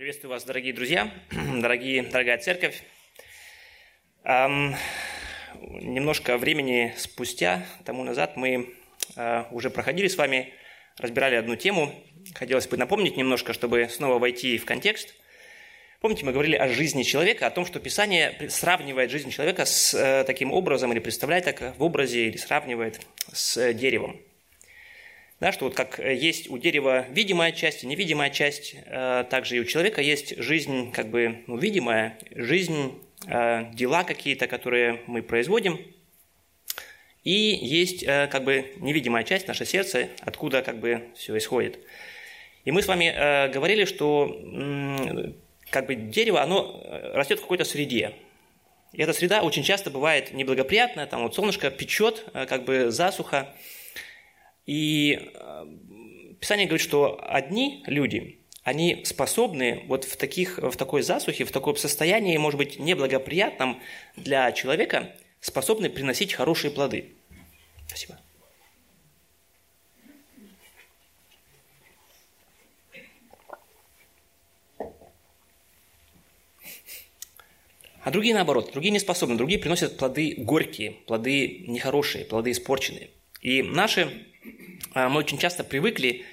Приветствую вас, дорогие друзья, дорогая церковь. Немножко времени спустя, тому назад, мы уже проходили с вами, разбирали одну тему. Хотелось бы напомнить немножко, чтобы снова войти в контекст. Помните, мы говорили о жизни человека, о том, что Писание сравнивает жизнь человека с таким образом, или представляет так в образе, или сравнивает с деревом. Да, что вот как есть у дерева видимая часть и невидимая часть, также и у человека есть жизнь как бы видимая, жизнь, дела какие-то, которые мы производим, и есть как бы невидимая часть, наше сердце, откуда как бы все исходит. И мы с вами говорили, что как бы дерево, оно растет в какой-то среде. И эта среда очень часто бывает неблагоприятная, там вот солнышко печет, как бы засуха. И Писание говорит, что одни люди, они способны вот в такой засухе, в таком состоянии, может быть, неблагоприятном для человека, способны приносить хорошие плоды. Спасибо. А другие наоборот, другие не способны, другие приносят плоды горькие, плоды нехорошие, плоды испорченные. И мы очень часто привыкли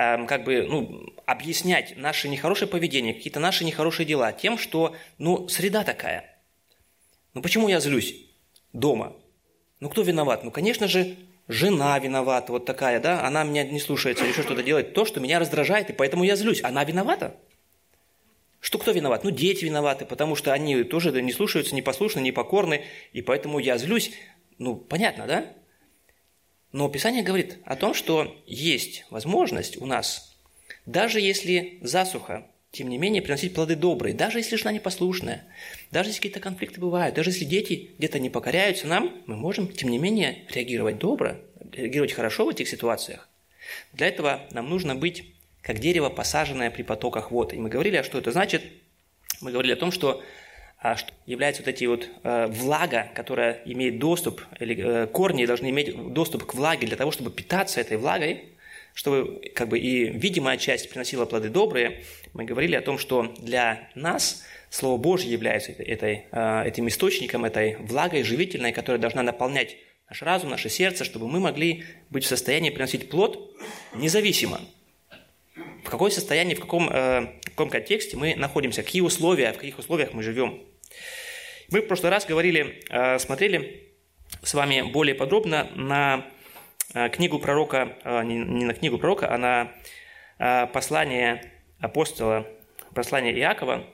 объяснять наше нехорошее поведение, какие-то наши нехорошие дела тем, что среда такая. Почему я злюсь дома? Кто виноват? Конечно же, жена виновата, вот такая, да, она меня не слушается или еще что-то делает, то, что меня раздражает, и поэтому я злюсь. Она виновата? Кто виноват? Дети виноваты, потому что они тоже не слушаются, непослушны, непокорны, и поэтому я злюсь. Понятно, да? Но Писание говорит о том, что есть возможность у нас, даже если засуха, тем не менее, приносить плоды добрые, даже если жена непослушная, даже если какие-то конфликты бывают, даже если дети где-то не покоряются нам, мы можем, тем не менее, реагировать добро, реагировать хорошо в этих ситуациях. Для этого нам нужно быть как дерево, посаженное при потоках вод. И мы говорили, что это значит. Мы говорили о том, что является влага, которая имеет доступ, или корни должны иметь доступ к влаге для того, чтобы питаться этой влагой, чтобы и видимая часть приносила плоды добрые. Мы говорили о том, что для нас Слово Божье является этим источником, этой влагой живительной, которая должна наполнять наш разум, наше сердце, чтобы мы могли быть в состоянии приносить плод независимо. В каком состоянии, в каком контексте мы находимся, в каких условиях мы живем. Мы в прошлый раз смотрели с вами более подробно на книгу пророка, не на книгу пророка, а на послание апостола, послание Иакова.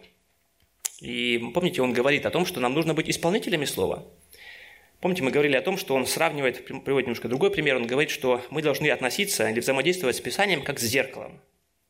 И помните, он говорит о том, что нам нужно быть исполнителями слова. Помните, мы говорили о том, что он приводит немножко другой пример, он говорит, что мы должны относиться или взаимодействовать с Писанием как с зеркалом.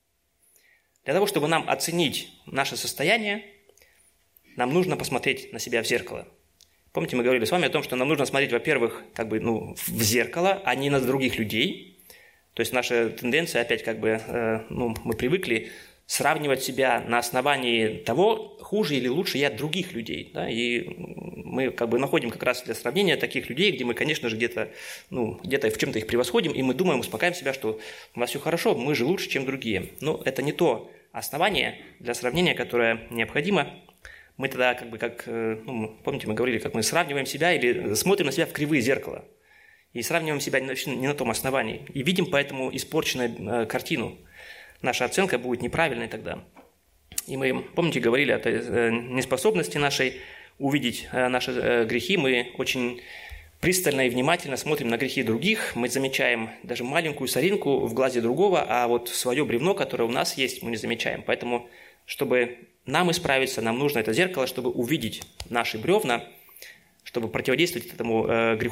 Для того, чтобы нам оценить наше состояние, нам нужно посмотреть на себя в зеркало. Помните, мы говорили с вами о том, что нам нужно смотреть, во-первых, в зеркало, а не на других людей. То есть наша тенденция, опять мы привыкли сравнивать себя на основании того, хуже или лучше я других людей. Да? И мы находим как раз для сравнения таких людей, где мы, конечно же, где-то в чем-то их превосходим, и мы думаем, успокаиваем себя, что у нас все хорошо, мы же лучше, чем другие. Но это не то основание для сравнения, которое необходимо. Мы тогда помните, мы говорили, как мы сравниваем себя или смотрим на себя в кривые зеркала. И сравниваем себя не на том основании. И видим поэтому испорченную картину. Наша оценка будет неправильной тогда. И мы, помните, говорили о неспособности нашей увидеть наши грехи. Мы очень пристально и внимательно смотрим на грехи других. Мы замечаем даже маленькую соринку в глазе другого, а вот свое бревно, которое у нас есть, мы не замечаем. Поэтому, чтобы нам исправиться, нам нужно это зеркало, чтобы увидеть наши бревна, чтобы противодействовать этому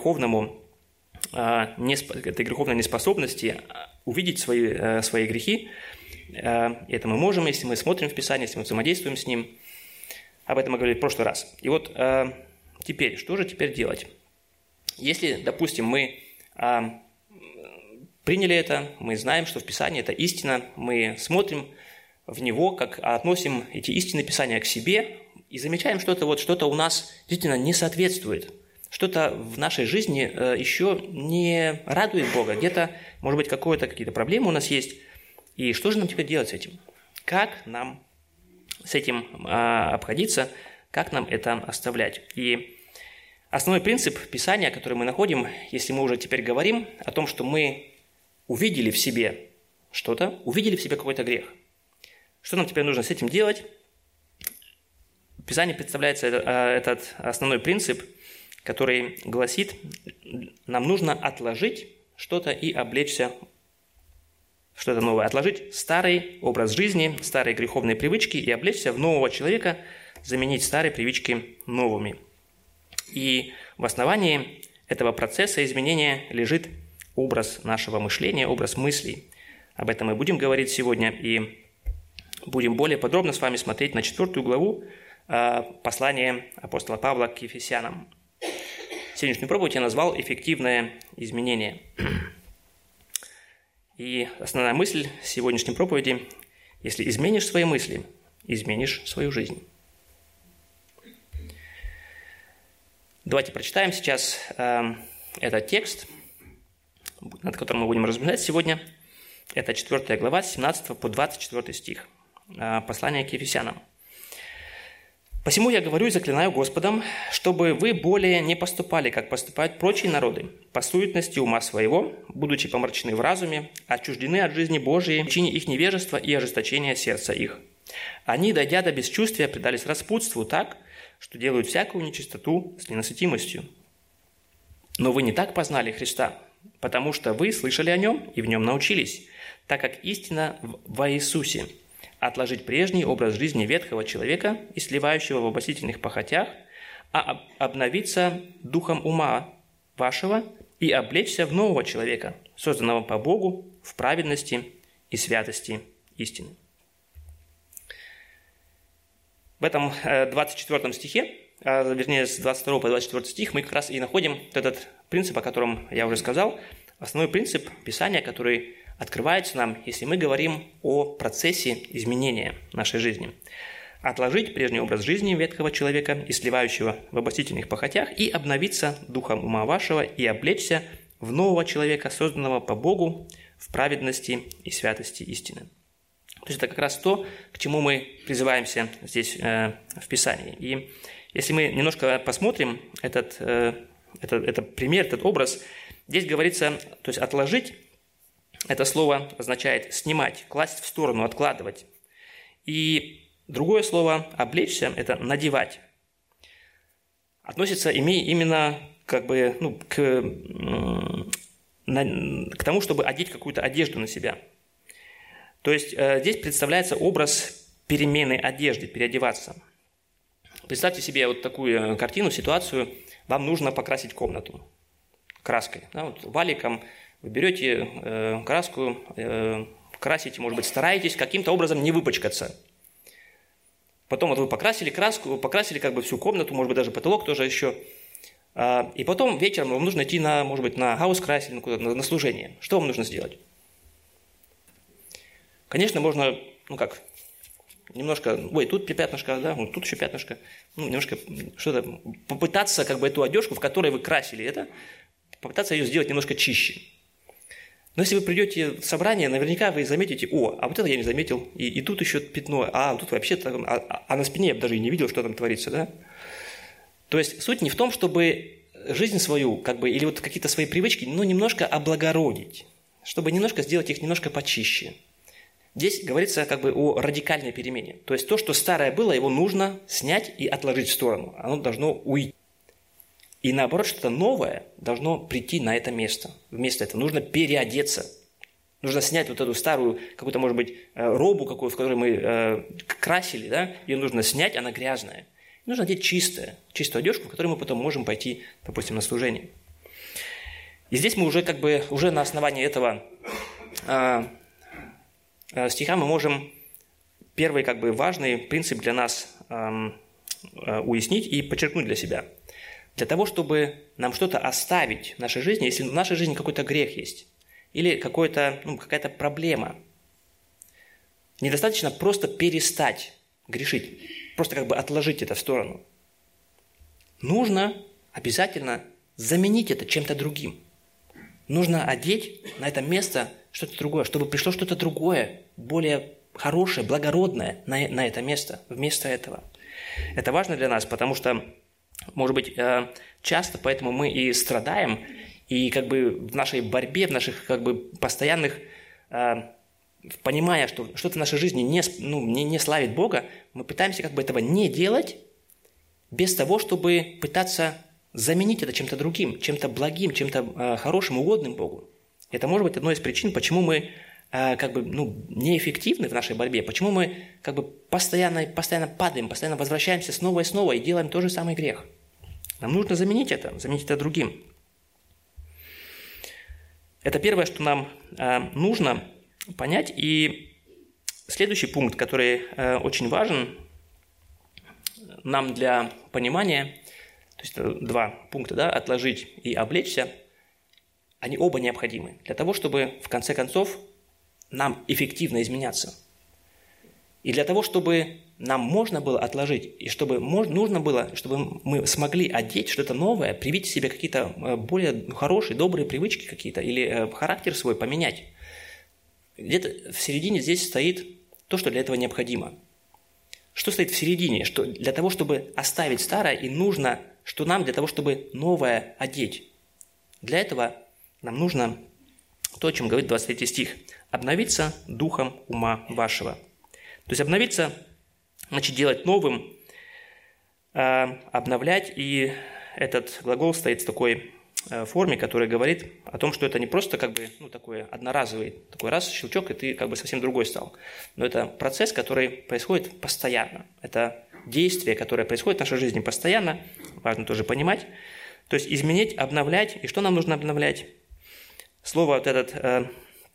этой греховной неспособности, увидеть свои грехи. Это мы можем, если мы смотрим в Писание, если мы взаимодействуем с ним. Об этом мы говорили в прошлый раз. И вот теперь, что же теперь делать? Если, допустим, мы приняли это, мы знаем, что в Писании это истина, мы смотрим в него, как относим эти истины Писания к себе и замечаем, что что-то у нас действительно не соответствует. Что-то в нашей жизни еще не радует Бога. Где-то, может быть, какие-то проблемы у нас есть. И что же нам теперь делать с этим? Как нам с этим обходиться, как нам это оставлять. И основной принцип Писания, который мы находим, если мы уже теперь говорим о том, что мы увидели в себе что-то, увидели в себе какой-то грех. Что нам теперь нужно с этим делать? В Писании представляется этот основной принцип, который гласит, нам нужно отложить что-то и облечься в что-то новое. Отложить старый образ жизни, старые греховные привычки и облечься в нового человека, заменить старые привычки новыми. И в основании этого процесса изменения лежит образ нашего мышления, образ мыслей. Об этом мы будем говорить сегодня и будем более подробно с вами смотреть на 4 главу послания апостола Павла к Ефесянам. Сегодняшнюю проповедь я назвал «Эффективное изменение». И основная мысль сегодняшней проповеди – если изменишь свои мысли, изменишь свою жизнь. Давайте прочитаем сейчас этот текст, над которым мы будем размышлять сегодня. Это 4 глава, с 17 по 24 стих, послание к Ефесянам. «Посему я говорю и заклинаю Господом, чтобы вы более не поступали, как поступают прочие народы, по суетности ума своего, будучи помрачены в разуме, отчуждены от жизни Божией, причине их невежества и ожесточения сердца их. Они, дойдя до бесчувствия, предались распутству так, что делают всякую нечистоту с ненасытимостью. Но вы не так познали Христа, потому что вы слышали о Нем и в Нем научились, так как истина во Иисусе. Отложить прежний образ жизни ветхого человека и сливающего в обольстительных похотях, а обновиться духом ума вашего и облечься в нового человека, созданного по Богу в праведности и святости истины». В этом 24 стихе, вернее, с 22 по 24 стих, мы как раз и находим этот принцип, о котором я уже сказал, основной принцип Писания, который открывается нам, если мы говорим о процессе изменения нашей жизни. Отложить прежний образ жизни ветхого человека и сливающего в обольстительных похотях и обновиться духом ума вашего и облечься в нового человека, созданного по Богу в праведности и святости истины. То есть это как раз то, к чему мы призываемся здесь в Писании. И если мы немножко посмотрим этот пример, этот образ, здесь говорится, то есть отложить, это слово означает снимать, класть в сторону, откладывать. И другое слово «облечься» – это надевать. Относится именно к тому, чтобы одеть какую-то одежду на себя. То есть здесь представляется образ перемены одежды, переодеваться. Представьте себе вот такую картину, ситуацию. Вам нужно покрасить комнату краской. Да, вот валиком вы берете краску, красите, может быть, стараетесь каким-то образом не выпачкаться. Потом вот вы покрасили краску, покрасили как бы всю комнату, может быть, даже потолок тоже еще. И потом вечером вам нужно идти на хаус-крайс или куда-то, на служение. Что вам нужно сделать? Конечно, можно, немножко, тут пятнышко, да, тут еще пятнышко, немножко что-то, попытаться как бы эту одежку, в которой вы красили это, попытаться ее сделать немножко чище. Но если вы придете в собрание, наверняка вы заметите, а вот это я не заметил, и тут еще пятно, тут вообще, а на спине я даже и не видел, что там творится, да. То есть суть не в том, чтобы жизнь свою, или вот какие-то свои привычки, немножко облагородить, чтобы немножко сделать их немножко почище. Здесь говорится о радикальной перемене. То есть то, что старое было, его нужно снять и отложить в сторону. Оно должно уйти. И наоборот, что-то новое должно прийти на это место. Вместо этого нужно переодеться. Нужно снять вот эту старую, какую-то, может быть, робу, в которой мы красили, да? Ее нужно снять, она грязная. Нужно одеть чистую одежку, в которой мы потом можем пойти, допустим, на служение. И здесь мы уже уже на основании этого стиха мы можем первый важный принцип для нас уяснить и подчеркнуть для себя. Для того, чтобы нам что-то оставить в нашей жизни, если в нашей жизни какой-то грех есть, или какая-то проблема, недостаточно просто перестать грешить, просто отложить это в сторону. Нужно обязательно заменить это чем-то другим. Нужно одеть на это место что-то другое, чтобы пришло что-то другое, более хорошее, благородное на это место, вместо этого. Это важно для нас, потому что, может быть, часто поэтому мы и страдаем, и как бы в нашей борьбе, в наших как бы постоянных, понимая, что что-то в нашей жизни не славит Бога, мы пытаемся как бы этого не делать, без того, чтобы пытаться заменить это чем-то другим, чем-то благим, чем-то хорошим, угодным Богу. Это может быть одной из причин, почему мы неэффективны в нашей борьбе, почему мы как бы постоянно падаем, постоянно возвращаемся снова и снова и делаем тот же самый грех. Нам нужно заменить это другим. Это первое, что нам нужно понять. И следующий пункт, который очень важен нам для понимания, то есть два пункта, да, отложить и облечься, они оба необходимы для того, чтобы в конце концов нам эффективно изменяться. И для того, чтобы нам можно было отложить, и чтобы нужно было, чтобы мы смогли одеть что-то новое, привить в себе какие-то более хорошие, добрые привычки какие-то, или характер свой поменять. Где-то в середине здесь стоит то, что для этого необходимо. Что стоит в середине? Что для того, чтобы оставить старое, и нужно, что нам для того, чтобы новое одеть. Для этого нам нужно то, о чем говорит 23 стих. «Обновиться духом ума вашего». То есть обновиться, значит, делать новым, обновлять. И этот глагол стоит в такой форме, которая говорит о том, что это не просто как бы такой одноразовый, такой раз щелчок, и ты как бы совсем другой стал. Но это процесс, который происходит постоянно. Это действие, которое происходит в нашей жизни постоянно. Важно тоже понимать. То есть изменить, обновлять. И что нам нужно обновлять? Слово вот этот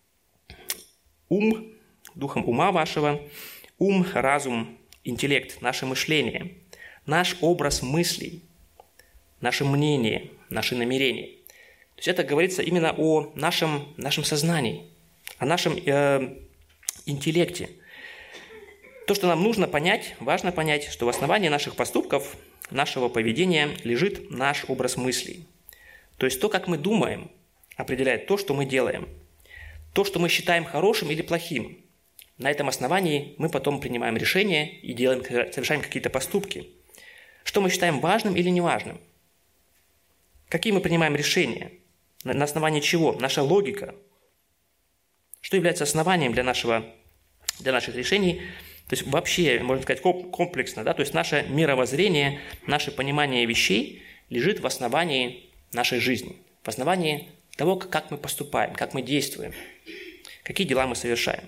ум, духом ума вашего, ум, разум, интеллект, наше мышление, наш образ мыслей, наше мнение, наши намерения. То есть это говорится именно о нашем сознании, о нашем интеллекте. То, что нам нужно понять, важно понять, что в основании наших поступков, нашего поведения лежит наш образ мыслей. То есть то, как мы думаем, определяет то, что мы делаем. То, что мы считаем хорошим или плохим. На этом основании мы потом принимаем решения и совершаем какие-то поступки. Что мы считаем важным или неважным. Какие мы принимаем решения. На основании чего? Наша логика. Что является основанием для наших решений. То есть вообще, можно сказать, комплексно. Да? То есть наше мировоззрение, наше понимание вещей лежит в основании нашей жизни. В основании того, как мы поступаем, как мы действуем, какие дела мы совершаем.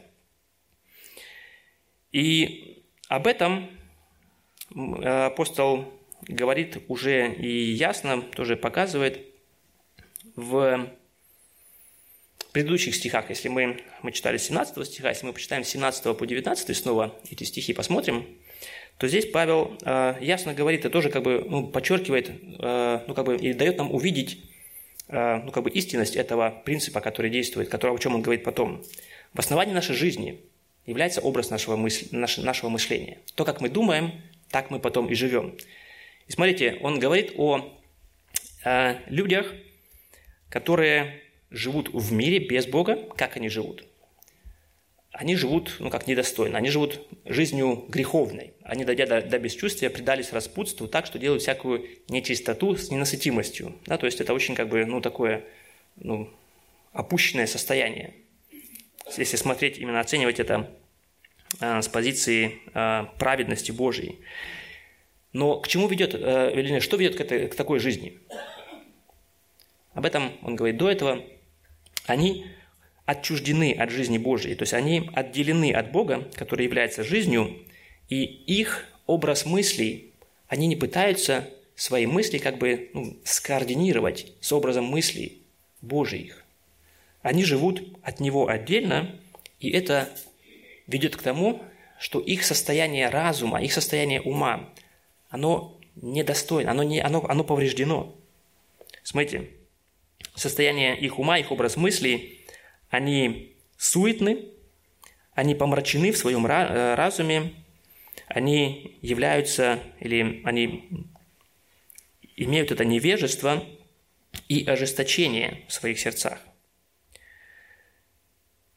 И об этом апостол говорит уже и ясно, тоже показывает в предыдущих стихах. Если мы читали с 17 стиха, если мы почитаем с 17 по 19 снова эти стихи посмотрим, то здесь Павел ясно говорит и тоже как бы подчеркивает, и дает нам увидеть истинность этого принципа, который действует, о чем он говорит потом. В основании нашей жизни является образ нашего мышления. То, как мы думаем, так мы потом и живем. И смотрите, он говорит о людях, которые живут в мире без Бога. Как они живут? Они живут, как недостойно. Они живут жизнью греховной. Они, дойдя до бесчувствия, предались распутству так, что делают всякую нечистоту с ненасытимостью. Да, то есть это очень такое опущенное состояние. Если смотреть, именно оценивать это с позиции праведности Божьей. Но к чему ведет, вернее, что ведет к такой жизни? Об этом он говорит до этого. Они отчуждены от жизни Божьей, то есть они отделены от Бога, который является жизнью, и их образ мыслей, они не пытаются свои мысли скоординировать с образом мыслей Божьих. Они живут от Него отдельно, и это ведет к тому, что их состояние разума, их состояние ума, оно недостойно, оно повреждено. Смотрите, состояние их ума, их образ мыслей, они суетны, они помрачены в своем разуме, они являются, или они имеют это невежество и ожесточение в своих сердцах.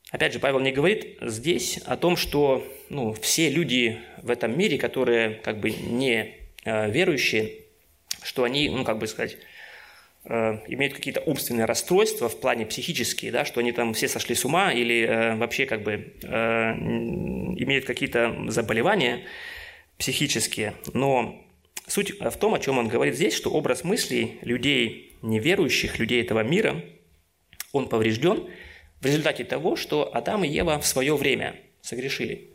Опять же, Павел не говорит здесь о том, что все люди в этом мире, которые как бы не верующие, что они, имеют какие-то умственные расстройства в плане психические, да, что они там все сошли с ума или вообще имеют какие-то заболевания психические. Но суть в том, о чем он говорит здесь, что образ мыслей людей неверующих, людей этого мира, он поврежден в результате того, что Адам и Ева в свое время согрешили.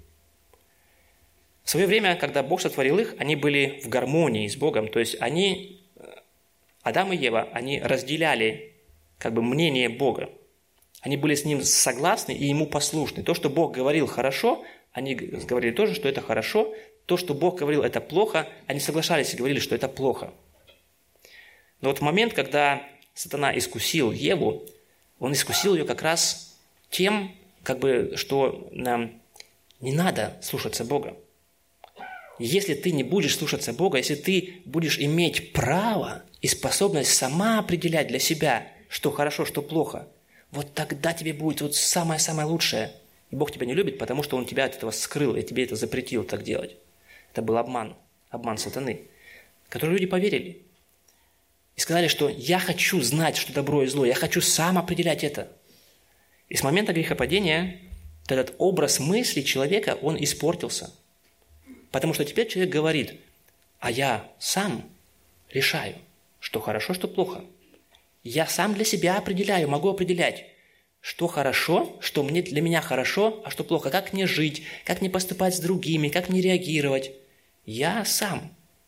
В свое время, когда Бог сотворил их, они были в гармонии с Богом, то есть Адам и Ева, они разделяли мнение Бога. Они были с Ним согласны и Ему послушны. То, что Бог говорил хорошо, они говорили тоже, что это хорошо. То, что Бог говорил, это плохо, они соглашались и говорили, что это плохо. Но вот в момент, когда сатана искусил Еву, он искусил ее как раз тем, что нам не надо слушаться Бога. Если ты не будешь слушаться Бога, если ты будешь иметь право и способность сама определять для себя, что хорошо, что плохо, вот тогда тебе будет самое-самое лучшее. И Бог тебя не любит, потому что Он тебя от этого скрыл, и тебе это запретил так делать. Это был обман сатаны, в который люди поверили. И сказали, что я хочу знать, что добро и зло, я хочу сам определять это. И с момента грехопадения этот образ мысли человека, он испортился. Потому что теперь человек говорит, а я сам решаю, что хорошо, что плохо. Я сам для себя определяю, могу определять, что хорошо, что для меня хорошо, а что плохо, как мне жить, как мне поступать с другими, как мне реагировать. Я сам.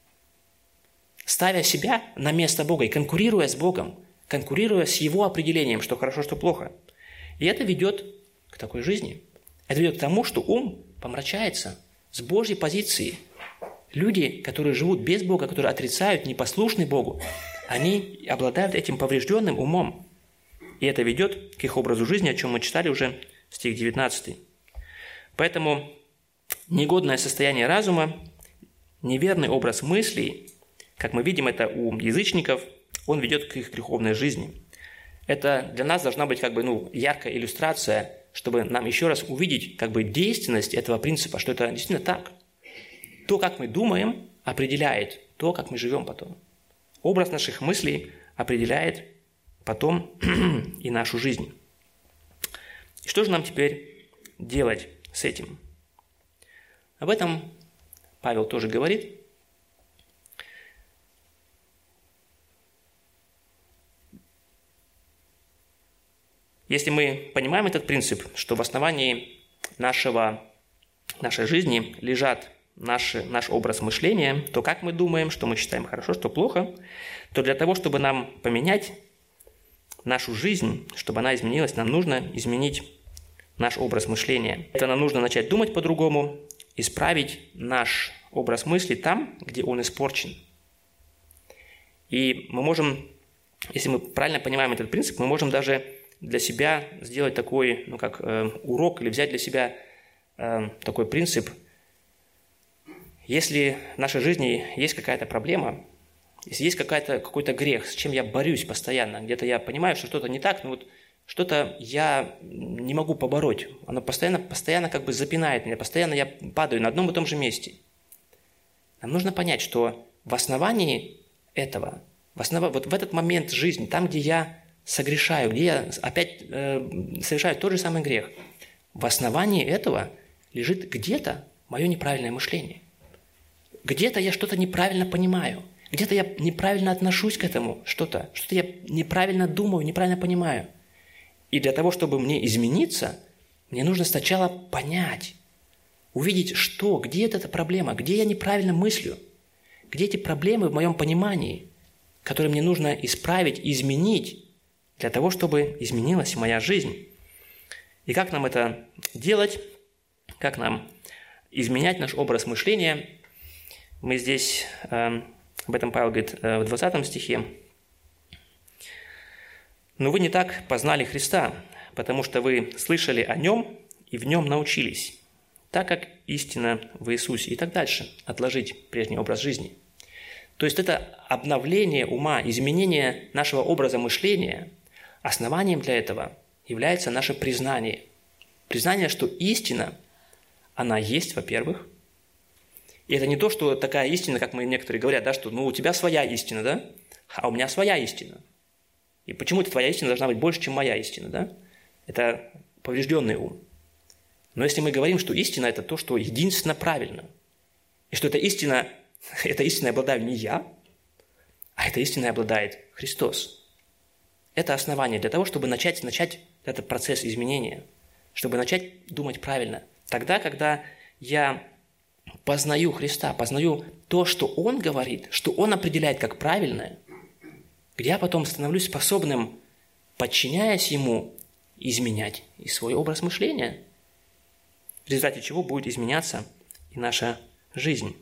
Ставя себя на место Бога и конкурируя с Богом, конкурируя с Его определением, что хорошо, что плохо. И это ведет к такой жизни. Это ведет к тому, что ум помрачается с Божьей позиции. Люди, которые живут без Бога, которые отрицают, непослушны Богу, они обладают этим поврежденным умом. И это ведет к их образу жизни, о чем мы читали уже, стих 19. Поэтому негодное состояние разума, неверный образ мыслей, как мы видим это у язычников, он ведет к их греховной жизни. Это для нас должна быть яркая иллюстрация, чтобы нам еще раз увидеть действенность этого принципа, что это действительно так. То, как мы думаем, определяет то, как мы живем потом. Образ наших мыслей определяет потом и нашу жизнь. И что же нам теперь делать с этим? Об этом Павел тоже говорит. Если мы понимаем этот принцип, что в основании нашей жизни лежат наш образ мышления, то как мы думаем, что мы считаем хорошо, что плохо, то для того, чтобы нам поменять нашу жизнь, чтобы она изменилась, нам нужно изменить наш образ мышления. Это нам нужно начать думать по-другому, исправить наш образ мысли там, где он испорчен. И мы можем, если мы правильно понимаем этот принцип, мы можем даже для себя сделать такой, урок или взять для себя такой принцип. Если в нашей жизни есть какая-то проблема, если есть какой-то грех, с чем я борюсь постоянно, где-то я понимаю, что что-то не так, но что-то я не могу побороть, оно постоянно запинает меня, постоянно я падаю на одном и том же месте. Нам нужно понять, что в основании этого, вот в этот момент жизни, там, где я согрешаю, где я опять совершаю тот же самый грех, в основании этого лежит где-то мое неправильное мышление. Где-то я что-то неправильно понимаю, где-то я неправильно отношусь к этому, что-то я неправильно думаю, неправильно понимаю. И для того, чтобы мне измениться, мне нужно сначала понять, увидеть, где эта проблема, где я неправильно мыслю, где эти проблемы в моем понимании, которые мне нужно исправить, изменить, для того, чтобы изменилась моя жизнь. И как нам это делать, как нам изменять наш образ мышления, мы здесь, об этом Павел говорит в 20 стихе. «Но вы не так познали Христа, потому что вы слышали о Нем и в Нем научились, так как истина в Иисусе». И так дальше. Отложить прежний образ жизни. То есть это обновление ума, изменение нашего образа мышления, основанием для этого является наше признание. Признание, что истина, она есть, во-первых. И это не то, что такая истина, как мы некоторые говорят, да, что у тебя своя истина, да, а у меня своя истина. И почему-то твоя истина должна быть больше, чем моя истина, да? Это поврежденный ум. Но если мы говорим, что истина – это то, что единственно правильно, и что эта истина обладаю не я, а эта истина обладает Христос. Это основание для того, чтобы начать этот процесс изменения, чтобы начать думать правильно. Тогда, когда я познаю Христа, познаю то, что Он говорит, что Он определяет как правильное, где я потом становлюсь способным, подчиняясь Ему, изменять и свой образ мышления, в результате чего будет изменяться и наша жизнь.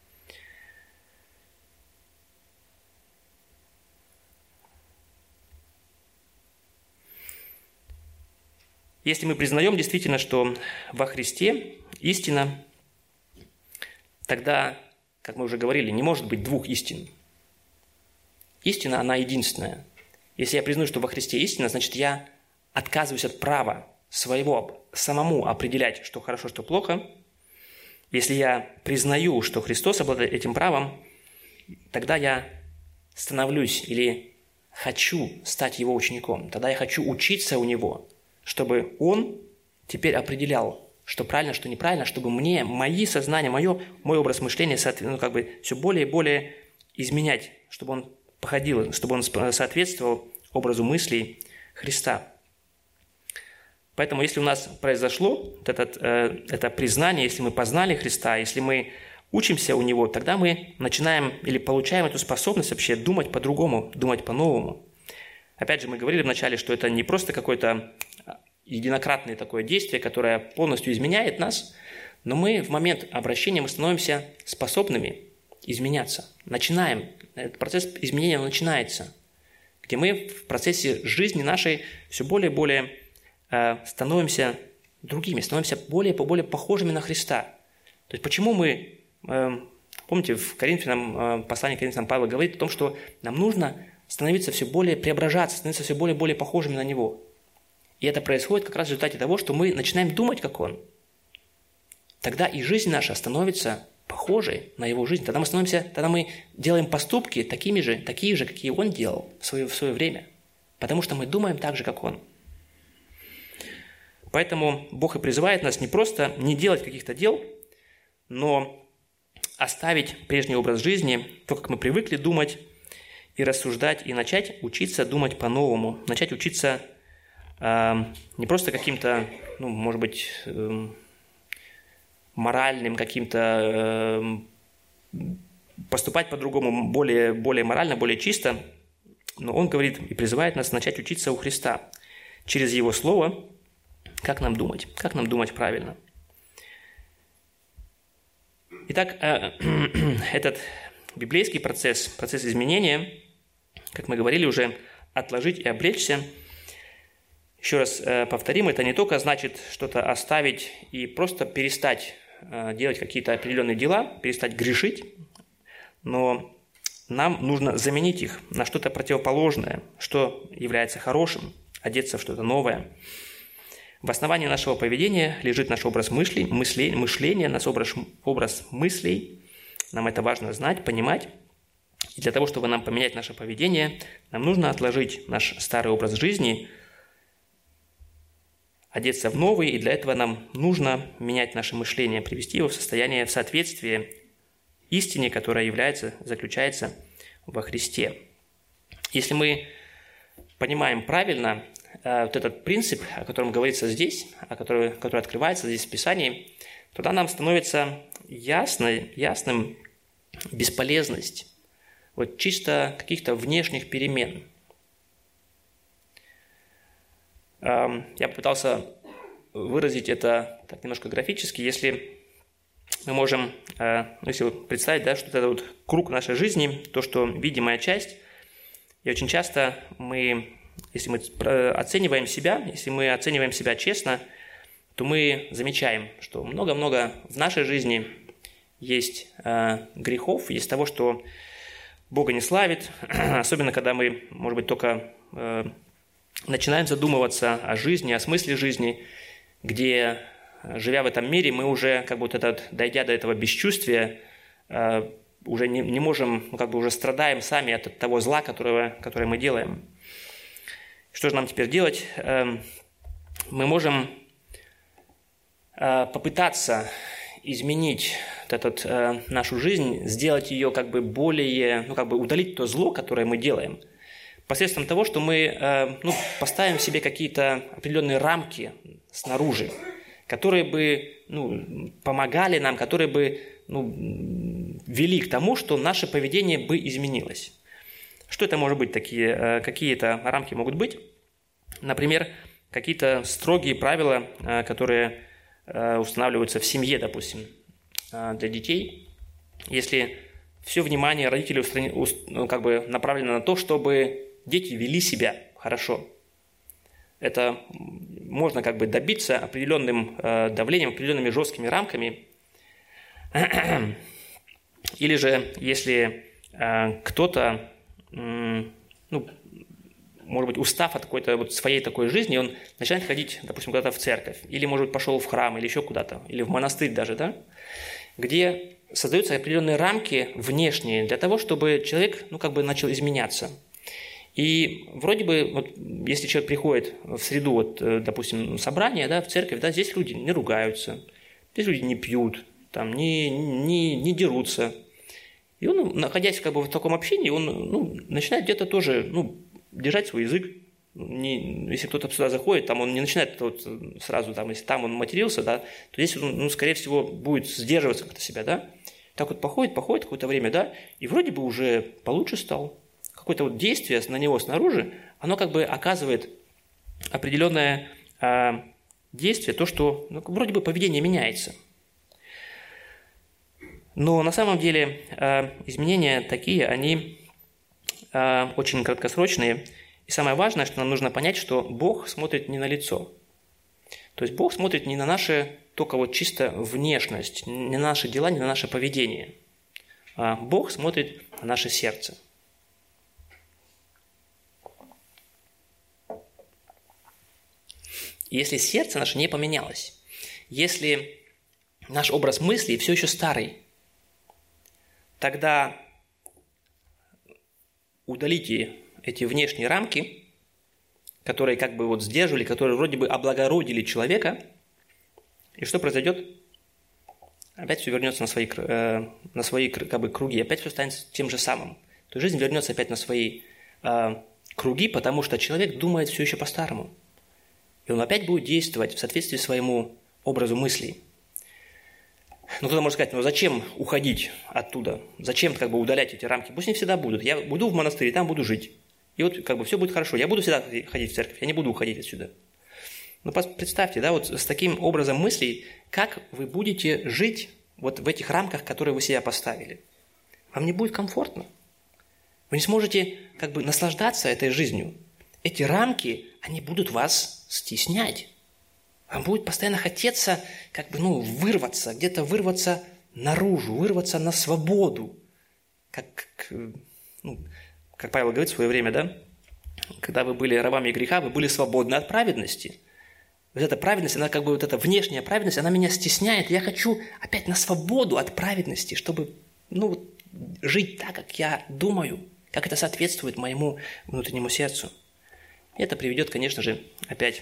Если мы признаем действительно, что во Христе истина, тогда, как мы уже говорили, не может быть двух истин. Истина, она единственная. Если я признаю, что во Христе истина, значит, я отказываюсь от права своего самому определять, что хорошо, что плохо. Если я признаю, что Христос обладает этим правом, тогда я становлюсь или хочу стать Его учеником. Тогда я хочу учиться у Него, чтобы Он теперь определял, что правильно, что неправильно, чтобы мне, мои сознания, мой образ мышления все более и более изменять, чтобы он походил, чтобы он соответствовал образу мыслей Христа. Поэтому, если у нас произошло это признание, если мы познали Христа, если мы учимся у Него, тогда мы начинаем или получаем эту способность вообще думать по-другому, думать по-новому. Опять же, мы говорили вначале, что это не просто какое-то единократное такое действие, которое полностью изменяет нас, но мы в момент обращения мы становимся способными изменяться. Этот процесс изменения начинается, где мы в процессе жизни нашей все более и более становимся другими, становимся более и более похожими на Христа. То есть почему мы, помните, в послании к Коринфянам Павел говорит о том, что нам нужно становиться все более, преображаться, становиться все более и более похожими на Него. И это происходит как раз в результате того, что мы начинаем думать, как Он. Тогда и жизнь наша становится похожей на Его жизнь. Тогда мы делаем поступки такие же, какие Он делал в свое время. Потому что мы думаем так же, как Он. Поэтому Бог и призывает нас не просто не делать каких-то дел, но оставить прежний образ жизни, то, как мы привыкли думать и рассуждать, и начать учиться думать по-новому, начать учиться не просто каким-то, может быть, моральным каким-то, поступать по-другому, более морально, более чисто, но Он говорит и призывает нас начать учиться у Христа через Его Слово, как нам думать правильно. Итак, этот библейский процесс изменения, как мы говорили уже, отложить и облечься. Еще раз повторим, это не только значит что-то оставить и просто перестать делать какие-то определенные дела, перестать грешить, но нам нужно заменить их на что-то противоположное, что является хорошим, одеться в что-то новое. В основании нашего поведения лежит наш образ мышления, наш образ мыслей. Нам это важно знать, понимать. И для того, чтобы нам поменять наше поведение, нам нужно отложить наш старый образ жизни, одеться в новый, и для этого нам нужно менять наше мышление, привести его в соответствие истине, которая заключается во Христе. Если мы понимаем правильно вот этот принцип, о котором говорится здесь, который открывается здесь в Писании, тогда нам становится ясным бесполезность чисто каких-то внешних перемен. Я попытался выразить это так немножко графически, если мы можем, если представить, что это круг нашей жизни, то, что видимая часть, и очень часто если мы оцениваем себя честно, то мы замечаем, что много-много в нашей жизни есть грехов, есть того, что Бога не славит, особенно когда мы, может быть, только начинаем задумываться о жизни, о смысле жизни, где, живя в этом мире, мы уже, как бы вот дойдя до этого бесчувствия, уже не можем, как бы уже страдаем сами от того зла, которое мы делаем. Что же нам теперь делать? Мы можем попытаться изменить нашу жизнь, сделать ее как бы более, удалить то зло, которое мы делаем, посредством того, что мы поставим себе какие-то определенные рамки снаружи, которые бы помогали нам, которые бы вели к тому, что наше поведение бы изменилось. Что это может быть? Какие-то рамки могут быть. Например, какие-то строгие правила, которые устанавливаются в семье, допустим, для детей. Если все внимание родителей направлено на то, чтобы дети вели себя хорошо, это можно добиться определенным давлением, определенными жесткими рамками. Или же, если кто-то, может быть, устав от какой-то своей такой жизни, он начинает ходить, допустим, куда-то в церковь, или, может быть, пошел в храм, или еще куда-то, или в монастырь даже, да, где создаются определенные рамки внешние для того, чтобы человек, начал изменяться. И вроде бы, если человек приходит в среду, допустим, собрания, да, в церковь, да, здесь люди не ругаются, здесь люди не пьют, там, не дерутся. И он, находясь в таком общении, он начинает где-то тоже держать свой язык. Если кто-то сюда заходит, там он не начинает сразу, если там он матерился, да, то здесь он, скорее всего, будет сдерживаться как-то себя, да. Так походит какое-то время, да, и вроде бы уже получше стал. Какое-то действие на него снаружи, оно оказывает определенное действие, то, что вроде бы поведение меняется. Но на самом деле изменения такие, они очень краткосрочные. И самое важное, что нам нужно понять, что Бог смотрит не на лицо. То есть Бог смотрит не на нашу только чисто внешность, не на наши дела, не на наше поведение. А Бог смотрит на наше сердце. Если сердце наше не поменялось, если наш образ мысли все еще старый, тогда удалите эти внешние рамки, которые сдерживали, которые вроде бы облагородили человека, и что произойдет? Опять все вернется на свои круги, опять все станет тем же самым. То есть жизнь вернется опять на свои круги, потому что человек думает все еще по-старому. И он опять будет действовать в соответствии своему образу мыслей. Кто-то может сказать, зачем уходить оттуда? Зачем удалять эти рамки? Пусть они всегда будут. Я буду в монастыре, там буду жить. И все будет хорошо. Я буду всегда ходить в церковь, я не буду уходить отсюда. Представьте, с таким образом мыслей, как вы будете жить в этих рамках, которые вы себя поставили. Вам не будет комфортно. Вы не сможете наслаждаться этой жизнью. Эти рамки, они будут вас стеснять. Вам будет постоянно хотеться вырваться, где-то вырваться наружу, вырваться на свободу. Как Павел говорит в свое время, да? Когда вы были рабами греха, вы были свободны от праведности. Эта праведность, она эта внешняя праведность, она меня стесняет. Я хочу опять на свободу от праведности, чтобы жить так, как я думаю, как это соответствует моему внутреннему сердцу. И это приведет, конечно же, опять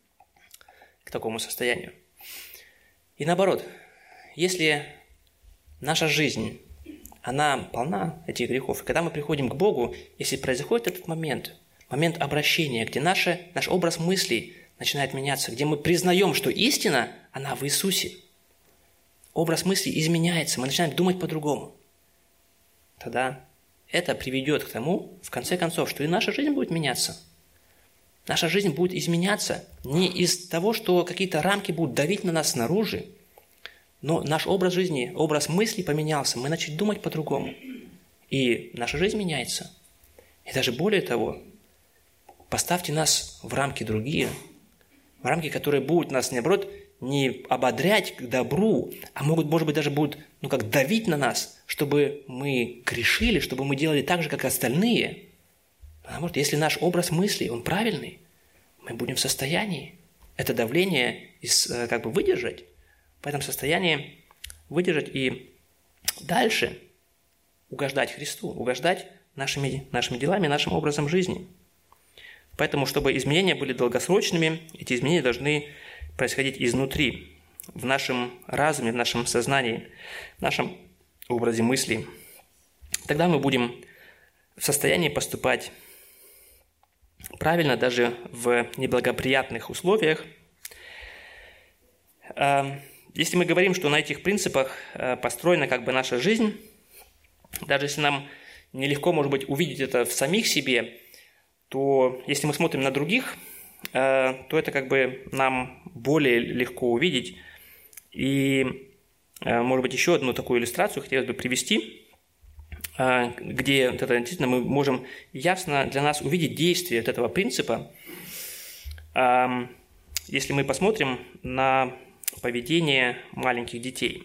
к такому состоянию. И наоборот, если наша жизнь, она полна этих грехов, и когда мы приходим к Богу, если происходит этот момент обращения, где наш образ мыслей начинает меняться, где мы признаем, что истина, она в Иисусе, образ мыслей изменяется, мы начинаем думать по-другому, тогда это приведет к тому, в конце концов, что и наша жизнь будет меняться. Наша жизнь будет изменяться не из того, что какие-то рамки будут давить на нас снаружи, но наш образ жизни, образ мыслей поменялся, мы начали думать по-другому. И наша жизнь меняется. И даже более того, поставьте нас в рамки другие, в рамки, которые будут нас, наоборот, не ободрять к добру, а может быть, даже будут давить на нас, чтобы мы грешили, чтобы мы делали так же, как и остальные. Потому что если наш образ мыслей, он правильный, мы будем в состоянии это давление как бы выдержать, в этом состоянии выдержать и дальше угождать Христу, угождать нашими делами, нашим образом жизни. Поэтому, чтобы изменения были долгосрочными, эти изменения должны происходить изнутри, в нашем разуме, в нашем сознании, в нашем образе мысли. Тогда мы будем в состоянии поступать правильно даже в неблагоприятных условиях. Если мы говорим, что на этих принципах построена как бы наша жизнь, даже если нам нелегко, может быть, увидеть это в самих себе, то если мы смотрим на других, то это как бы нам более легко увидеть. И, может быть, еще одну такую иллюстрацию хотелось бы привести, где это действительно мы можем ясно для нас увидеть действие от этого принципа. Если мы посмотрим на поведение маленьких детей.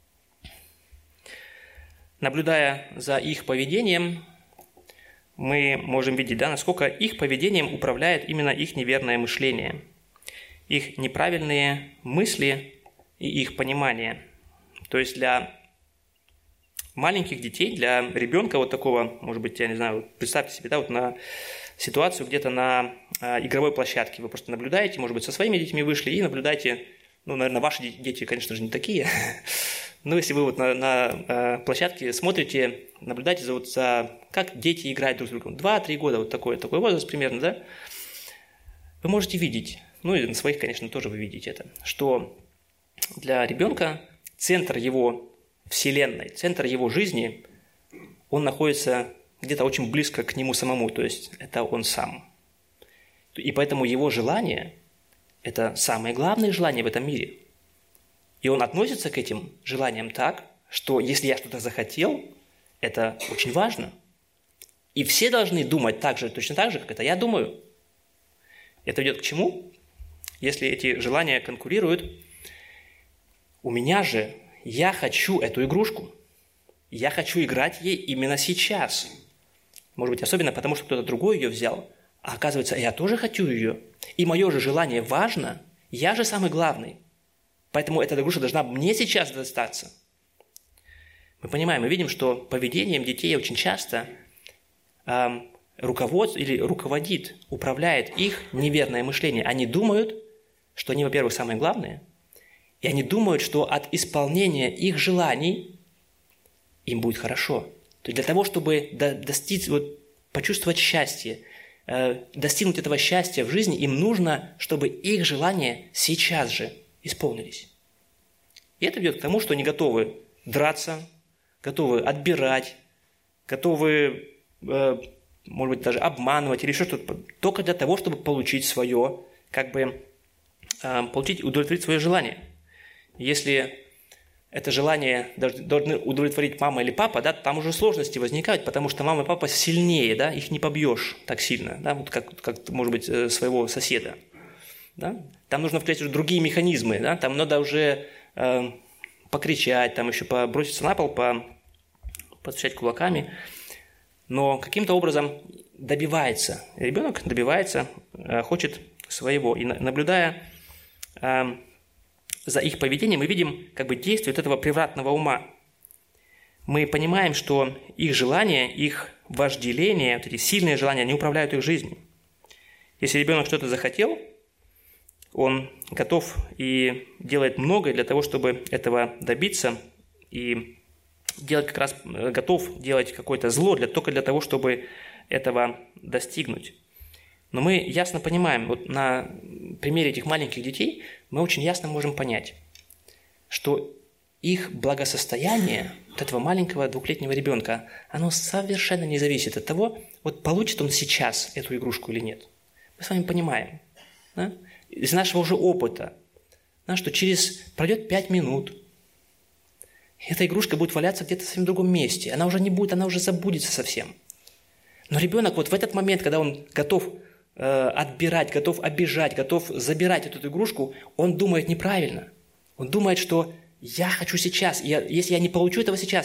Наблюдая за их поведением, мы можем видеть, насколько их поведением управляет именно их неверное мышление, их неправильные мысли и их понимание. То есть для маленьких детей, для ребенка вот такого, может быть, я не знаю, представьте себе, вот на ситуацию где-то на игровой площадке. Вы просто наблюдаете, может быть, со своими детьми вышли и наблюдаете, наверное, ваши дети, конечно же, не такие, но если вы вот на площадке смотрите, наблюдаете за как дети играют друг с другом, 2-3 года, вот такой возраст примерно, да, вы можете видеть, и на своих, конечно, тоже вы видите это, что для ребенка центр его вселенной, центр его жизни, он находится где-то очень близко к нему самому, то есть это он сам. И поэтому его желание – это самое главное желание в этом мире. И он относится к этим желаниям так, что если я что-то захотел, это очень важно. И все должны думать точно так же, как это я думаю. Это ведет к чему? Если эти желания конкурируют, я хочу эту игрушку. Я хочу играть ей именно сейчас. Может быть, особенно потому, что кто-то другой ее взял. А оказывается, я тоже хочу ее. И мое же желание важно. Я же самый главный. Поэтому эта игрушка должна мне сейчас достаться. Мы понимаем, мы видим, что поведением детей очень часто руководит, управляет их неверное мышление. Они думают, что они, во-первых, самые главные, и они думают, что от исполнения их желаний им будет хорошо. То есть для того, чтобы достичь, почувствовать счастье, достигнуть этого счастья в жизни, им нужно, чтобы их желания сейчас же исполнились. И это ведет к тому, что они готовы драться, готовы отбирать, готовы, может быть, даже обманывать или еще что-то, только для того, чтобы получить свое, удовлетворить свое желание. Если это желание должны удовлетворить мама или папа, там уже сложности возникают, потому что мама и папа сильнее, их не побьешь так сильно, вот как может быть, своего соседа. Там нужно включать уже другие механизмы, там надо уже покричать, там еще броситься на пол, постучать кулаками. Но каким-то образом ребенок добивается, хочет своего. И наблюдая за их поведением, мы видим действие этого превратного ума. Мы понимаем, что их желания, их вожделение, эти сильные желания, они управляют их жизнью. Если ребенок что-то захотел, он готов и делает многое для того, чтобы этого добиться, и готов делать какое-то зло только для того, чтобы этого достигнуть. Но мы ясно понимаем, на примере этих маленьких детей мы очень ясно можем понять, что их благосостояние, этого маленького 2-летнего ребенка, оно совершенно не зависит от того, получит он сейчас эту игрушку или нет. Мы с вами понимаем, из нашего уже опыта, что пройдет 5 минут, эта игрушка будет валяться где-то в совсем другом месте, она уже забудется совсем. Но ребенок в этот момент, когда он готов отбирать, готов обижать, готов забирать эту игрушку, он думает неправильно. Он думает, что я хочу сейчас, и если я не получу этого сейчас,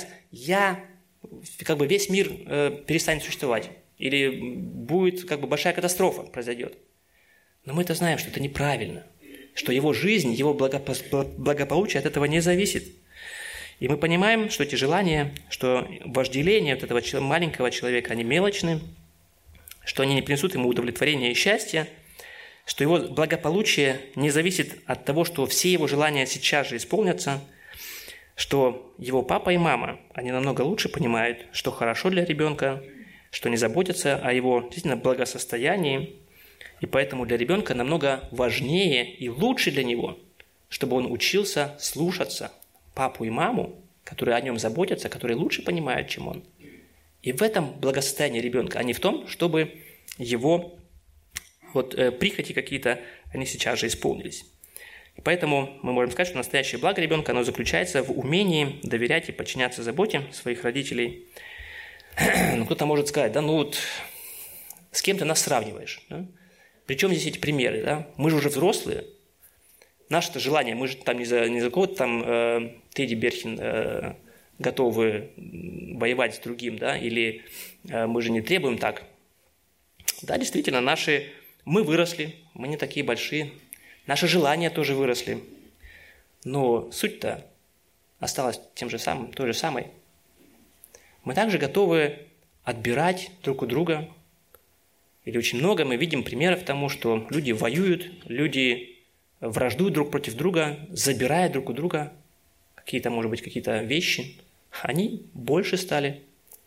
весь мир перестанет существовать. Или будет большая катастрофа произойдет. Но мы это знаем, что это неправильно. что его жизнь, его благополучие от этого не зависит. И мы понимаем, что эти желания, что вожделения вот этого маленького человека, они мелочны, что они не принесут ему удовлетворения и счастья, что его благополучие не зависит от того, что все его желания сейчас же исполнятся, что его папа и мама, они намного лучше понимают, что хорошо для ребенка, что не заботятся о его действительно благосостоянии, и поэтому для ребенка намного важнее и лучше для него, чтобы он учился слушаться папу и маму, которые о нем заботятся, которые лучше понимают, чем он. И в этом благосостояние ребенка, а не в том, чтобы его прихоти какие-то, они сейчас же исполнились. И поэтому мы можем сказать, что настоящее благо ребенка, оно заключается в умении доверять и подчиняться заботе своих родителей. Ну, кто-то может сказать, с кем ты нас сравниваешь? Да? Причем здесь эти примеры? Да? Мы же уже взрослые. Наше-то желание, мы же там не за кого-то там Тедди Берхин готовы воевать с другим, да? Или мы же не требуем так. Да, действительно, мы выросли, мы не такие большие, наши желания тоже выросли. Но суть-то осталась той же самой. Мы также готовы отбирать друг у друга. Или очень много мы видим примеров тому, что люди воюют, люди враждуют друг против друга, забирая друг у друга какие-то вещи. Они больше стали.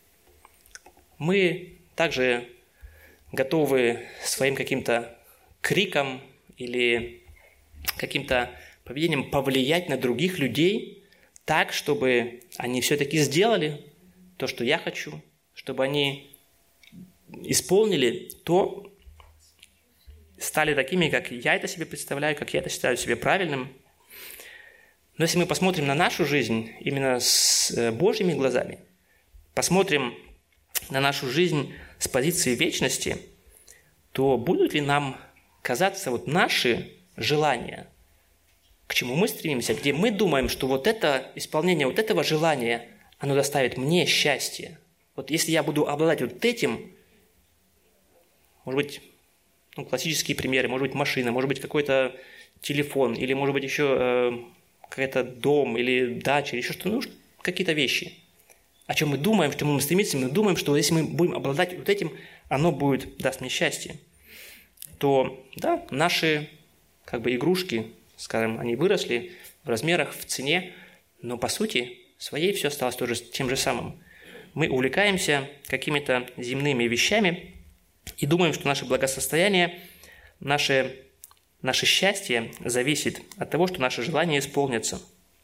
Мы также готовы своим каким-то криком или каким-то поведением повлиять на других людей так, чтобы они все-таки сделали то, что я хочу, чтобы они исполнили то, стали такими, как я это себе представляю, как я это считаю себе правильным. Но если мы посмотрим на нашу жизнь именно с Божьими глазами, посмотрим на нашу жизнь с позиции вечности, то будут ли нам казаться наши желания, к чему мы стремимся, где мы думаем, что это исполнение этого желания, оно доставит мне счастье. Если я буду обладать этим, может быть, классические примеры, может быть, машина, может быть, какой-то телефон, или, может быть, еще какой-то дом, или дача, или еще что-то, какие-то вещи. О чем мы думаем, к чему мы стремимся, мы думаем, что если мы будем обладать этим, оно даст мне счастье. То, да, наши игрушки, скажем, они выросли в размерах, в цене, но по сути своей все осталось тоже тем же самым. Мы увлекаемся какими-то земными вещами и думаем, что наше благосостояние, наше счастье зависит от того, что наши желания исполнятся.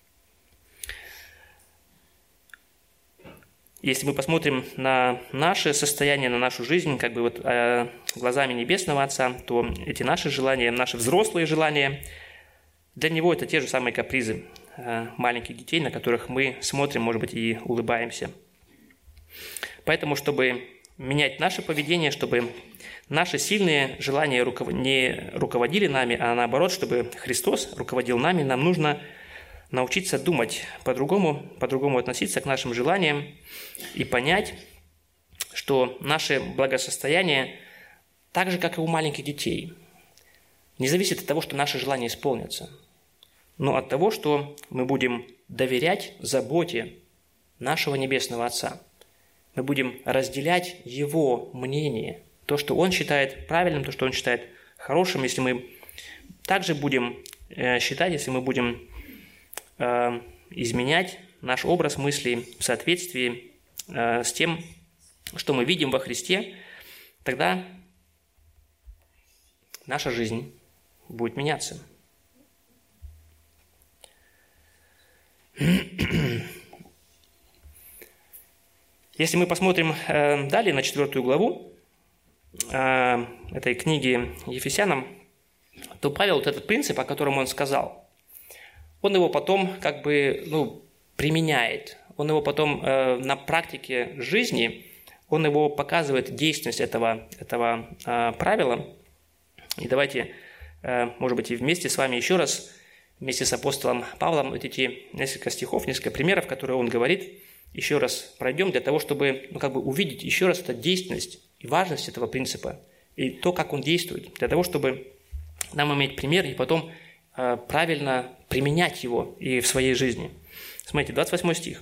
Если мы посмотрим на наше состояние, на нашу жизнь, глазами Небесного Отца, то эти наши желания, наши взрослые желания, для Него это те же самые капризы маленьких детей, на которых мы смотрим, может быть, и улыбаемся. Поэтому, чтобы менять наше поведение, чтобы наши сильные желания не руководили нами, а наоборот, чтобы Христос руководил нами, нам нужно научиться думать по-другому относиться к нашим желаниям и понять, что наше благосостояние, так же, как и у маленьких детей, не зависит от того, что наши желания исполнятся, но от того, что мы будем доверять заботе нашего Небесного Отца. Мы будем разделять Его мнение, то, что Он считает правильным, то, что Он считает хорошим, если мы также будем считать, если мы будем изменять наш образ мыслей в соответствии с тем, что мы видим во Христе, тогда наша жизнь будет меняться. Если мы посмотрим далее на 4 главу этой книги Ефесянам, то Павел этот принцип, о котором он сказал, он его потом применяет, он его потом на практике жизни, он его показывает действенность этого правила. И давайте, может быть, и вместе с вами еще раз, вместе с апостолом Павлом, эти несколько стихов, несколько примеров, которые он говорит, еще раз пройдем для того, чтобы увидеть еще раз эту действенность и важность этого принципа, и то, как он действует, для того, чтобы нам иметь пример и потом правильно применять его и в своей жизни. Смотрите, 28 стих.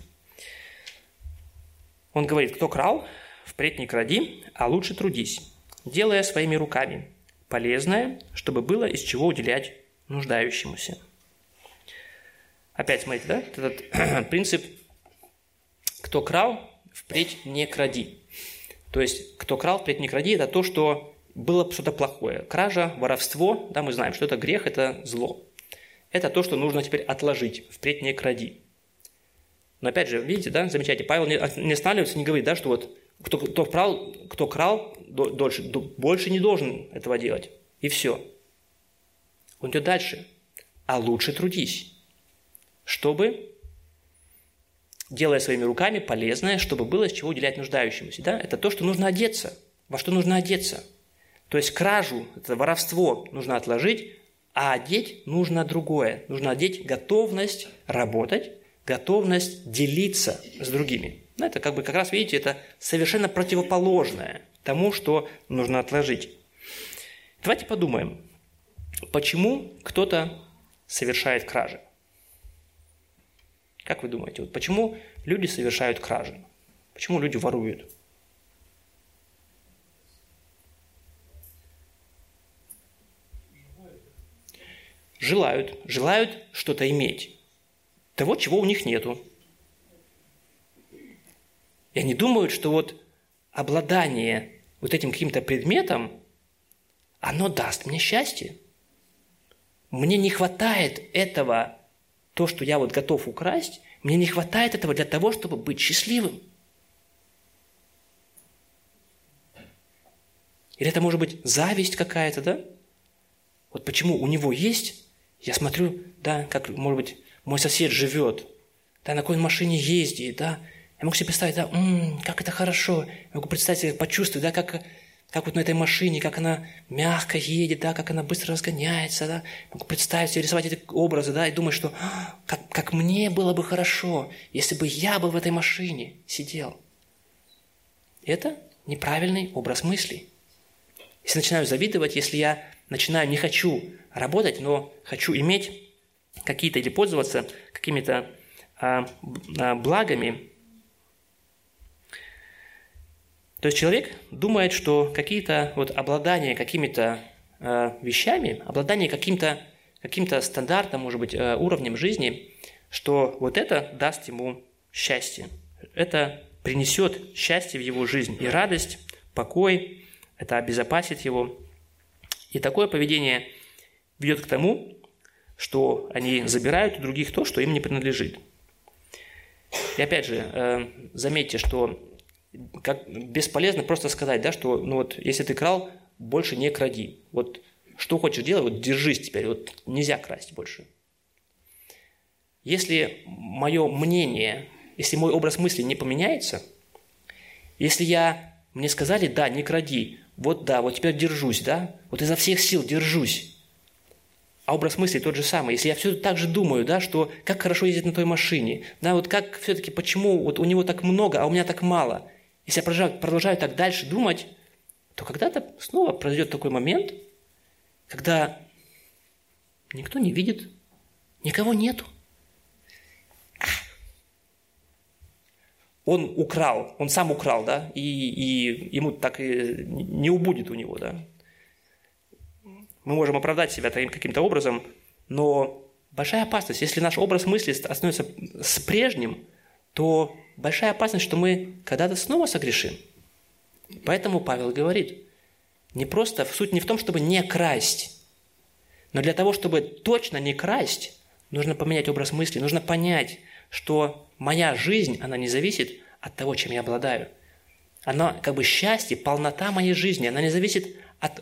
Он говорит: «Кто крал, впредь не кради, а лучше трудись, делая своими руками полезное, чтобы было из чего уделять нуждающемуся». Опять смотрите, да, этот принцип «кто крал, впредь не кради». То есть, кто крал, впредь не кради – это то, что было что-то плохое. Кража, воровство, да, мы знаем, что это грех, это зло. Это то, что нужно теперь отложить, впредь не кради. Но опять же, видите, да, замечайте, Павел не останавливается, не говорит, да, что вот кто крал больше не должен этого делать. И все. Он идет дальше. А лучше трудись, чтобы, делая своими руками полезное, чтобы было из чего уделять нуждающемуся. Да? Это то, что нужно одеться. Во что нужно одеться. То есть кражу, это воровство нужно отложить, а одеть нужно другое. Нужно одеть готовность работать, готовность делиться с другими. Это как раз, видите, это совершенно противоположное тому, что нужно отложить. Давайте подумаем, почему кто-то совершает кражи? Как вы думаете, вот почему люди совершают кражи? Почему люди воруют? Желают что-то иметь. Того, чего у них нету. И они думают, что вот обладание вот этим каким-то предметом, оно даст мне счастье. Мне не хватает этого, то, что я вот готов украсть, мне не хватает этого для того, чтобы быть счастливым. Или это может быть зависть какая-то, да? Вот почему у него есть, я смотрю, да, как, может быть, мой сосед живет, да, на какой машине ездит, да, я могу себе представить, да, как это хорошо, я могу представить себе, почувствовать, да, как вот на этой машине, как она мягко едет, да, как она быстро разгоняется, да, могу представить себе, рисовать эти образы, да, и думать, что как мне было бы хорошо, если бы я был в этой машине сидел. Это неправильный образ мыслей. Если начинаю завидовать, если я начинаю, не хочу работать, но хочу иметь какие-то или пользоваться какими-то благами, то есть человек думает, что какие-то вот обладание какими-то вещами, обладание каким-то стандартом, может быть, уровнем жизни, что вот это даст ему счастье. Это принесет счастье в его жизнь и радость, покой, это обезопасит его. И такое поведение ведет к тому, что они забирают у других то, что им не принадлежит. И опять же, заметьте, что бесполезно просто сказать, да, что ну вот, если ты крал, больше не кради. Вот что хочешь делать, вот держись теперь, вот нельзя красть больше. Если мое мнение, если мой образ мысли не поменяется, если мне сказали, да, не кради, вот да, вот теперь держусь, да, вот изо всех сил держусь, а образ мысли тот же самый. Если я все так же думаю, да, что как хорошо ездить на той машине, да, вот как все-таки, почему вот у него так много, а у меня так мало. Если я продолжаю так дальше думать, то когда-то снова произойдет такой момент, когда никто не видит, никого нету. Он сам украл, да, и ему так и не убудет у него, да. Мы можем оправдать себя таким каким-то образом, но большая опасность, если наш образ мысли становится с прежним, то большая опасность, что мы когда-то снова согрешим. Поэтому Павел говорит, суть не в том, чтобы не красть, но для того, чтобы точно не красть, нужно поменять образ мысли, нужно понять, что моя жизнь, она не зависит от того, чем я обладаю. Она, счастье, полнота моей жизни, она не зависит от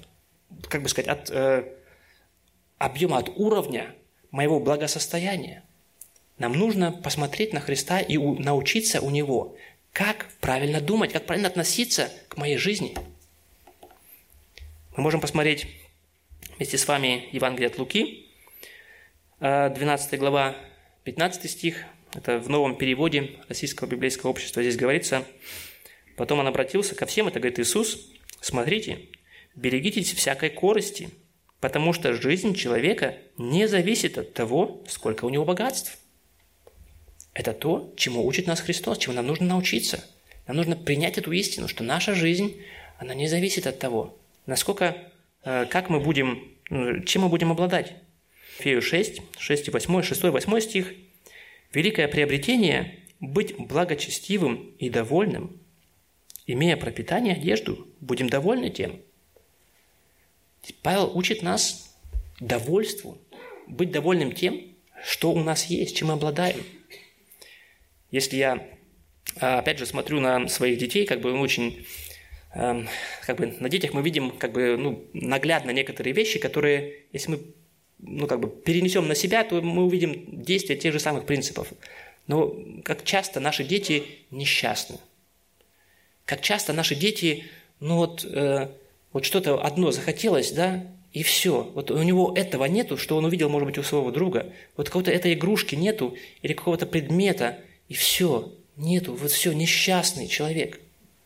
объема, от уровня моего благосостояния. Нам нужно посмотреть на Христа и научиться у Него, как правильно думать, как правильно относиться к моей жизни. Мы можем посмотреть вместе с вами Евангелие от Луки, 12 глава, 15 стих. Это в новом переводе Российского библейского общества. Здесь говорится, потом он обратился ко всем, это говорит Иисус, смотрите, берегитесь всякой корысти, Потому что жизнь человека не зависит от того, сколько у него богатств. Это то, чему учит нас Христос, чему нам нужно научиться. Нам нужно принять эту истину, что наша жизнь, она не зависит от того, насколько, как мы будем, чем мы будем обладать. Фею 6, 6 и 8, 6 и 8 стих. «Великое приобретение – быть благочестивым и довольным, имея пропитание, одежду, будем довольны тем». Павел учит нас довольству, быть довольным тем, что у нас есть, чем мы обладаем. Если я, опять же, смотрю на своих детей, очень, на детях мы видим, наглядно некоторые вещи, которые, если мы, перенесем на себя, то мы увидим действие тех же самых принципов. Но как часто наши дети несчастны. Как часто наши дети, что-то одно захотелось, да, и все. Вот у него этого нету, что он увидел, может быть, у своего друга. Вот какой-то этой игрушки нету или какого-то предмета, и все, нету. Вот все, несчастный человек.